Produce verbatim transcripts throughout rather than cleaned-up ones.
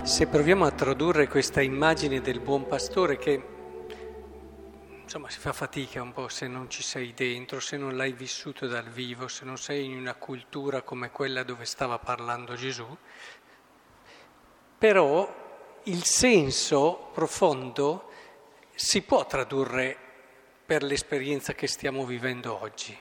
Se proviamo a tradurre questa immagine del buon pastore che, insomma, si fa fatica un po' se non ci sei dentro, se non l'hai vissuto dal vivo, se non sei in una cultura come quella dove stava parlando Gesù, però il senso profondo si può tradurre per l'esperienza che stiamo vivendo oggi.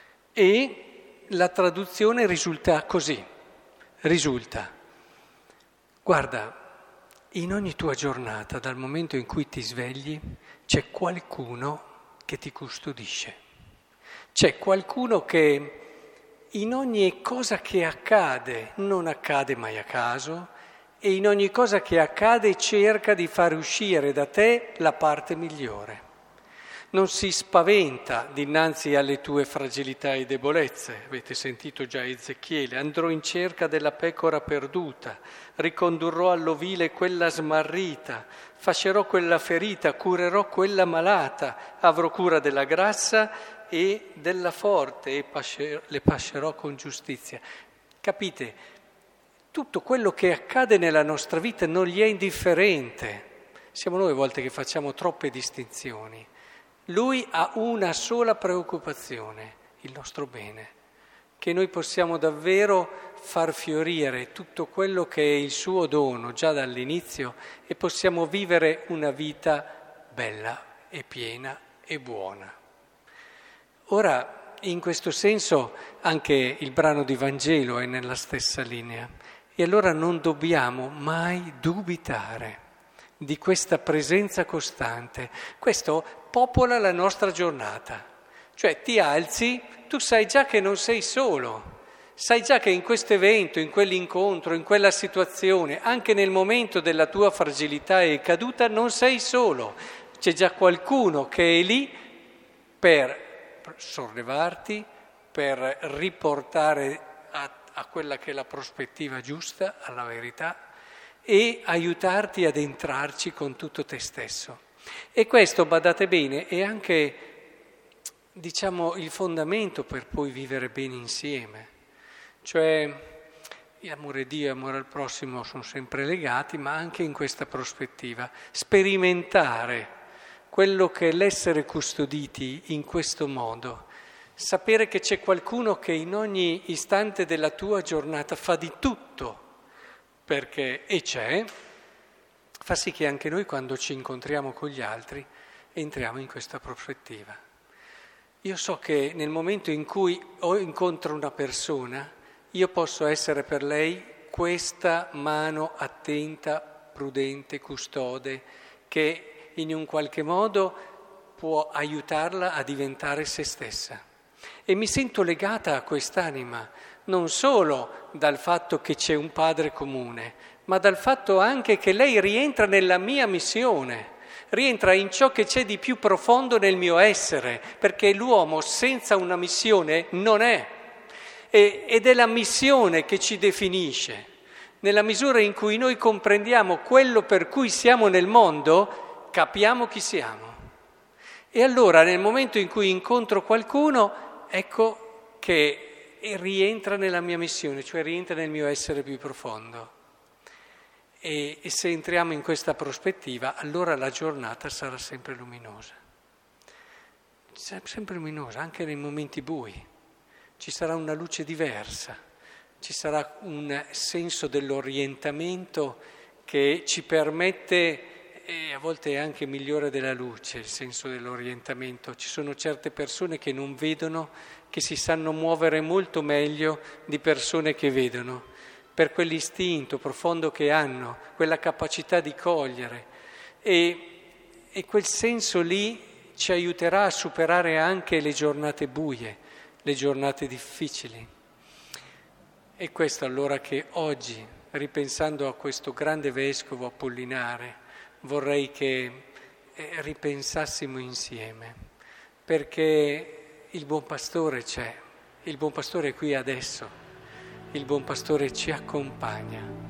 E la traduzione risulta così, risulta. Guarda, in ogni tua giornata, dal momento in cui ti svegli, c'è qualcuno che ti custodisce. C'è qualcuno che in ogni cosa che accade, non accade mai a caso, e in ogni cosa che accade cerca di far uscire da te la parte migliore. Non si spaventa dinanzi alle tue fragilità e debolezze. Avete sentito già Ezechiele: andrò in cerca della pecora perduta, ricondurrò all'ovile quella smarrita, fascerò quella ferita, curerò quella malata, avrò cura della grassa e della forte e pascer- le pascerò con giustizia. Capite? Tutto quello che accade nella nostra vita non gli è indifferente. Siamo noi a volte che facciamo troppe distinzioni. Lui ha una sola preoccupazione, il nostro bene, che noi possiamo davvero far fiorire tutto quello che è il suo dono già dall'inizio e possiamo vivere una vita bella e piena e buona. Ora, in questo senso, anche il brano di Vangelo è nella stessa linea e allora non dobbiamo mai dubitare di questa presenza costante. Questo popola la nostra giornata. Cioè ti alzi, tu sai già che non sei solo, sai già che in questo evento, in quell'incontro, in quella situazione, anche nel momento della tua fragilità e caduta, non sei solo. C'è già qualcuno che è lì per sollevarti, per riportare a, a quella che è la prospettiva giusta, alla verità, e aiutarti ad entrarci con tutto te stesso. E questo, badate bene, è anche, diciamo, il fondamento per poi vivere bene insieme. Cioè, l'amore a Dio e l'amore al prossimo sono sempre legati, ma anche in questa prospettiva. Sperimentare quello che è l'essere custoditi in questo modo. Sapere che c'è qualcuno che in ogni istante della tua giornata fa di tutto, perché, e c'è, fa sì che anche noi quando ci incontriamo con gli altri entriamo in questa prospettiva. Io so che nel momento in cui ho incontro una persona, io posso essere per lei questa mano attenta, prudente, custode, che in un qualche modo può aiutarla a diventare se stessa. E mi sento legata a quest'anima, non solo dal fatto che c'è un padre comune, ma dal fatto anche che lei rientra nella mia missione, rientra in ciò che c'è di più profondo nel mio essere, perché l'uomo senza una missione non è, e, ed è la missione che ci definisce. Nella misura in cui noi comprendiamo quello per cui siamo nel mondo, capiamo chi siamo. E allora nel momento in cui incontro qualcuno, ecco che rientra nella mia missione, cioè rientra nel mio essere più profondo. E, e se entriamo in questa prospettiva, allora la giornata sarà sempre luminosa. Sarà sempre luminosa, anche nei momenti bui. Ci sarà una luce diversa, ci sarà un senso dell'orientamento che ci permette, e a volte è anche migliore della luce, il senso dell'orientamento. Ci sono certe persone che non vedono, che si sanno muovere molto meglio di persone che vedono, per quell'istinto profondo che hanno, quella capacità di cogliere. E, e quel senso lì ci aiuterà a superare anche le giornate buie, le giornate difficili. E questo allora che oggi, ripensando a questo grande vescovo Apollinare, vorrei che ripensassimo insieme, perché il buon pastore c'è, il buon pastore è qui adesso, il buon pastore ci accompagna.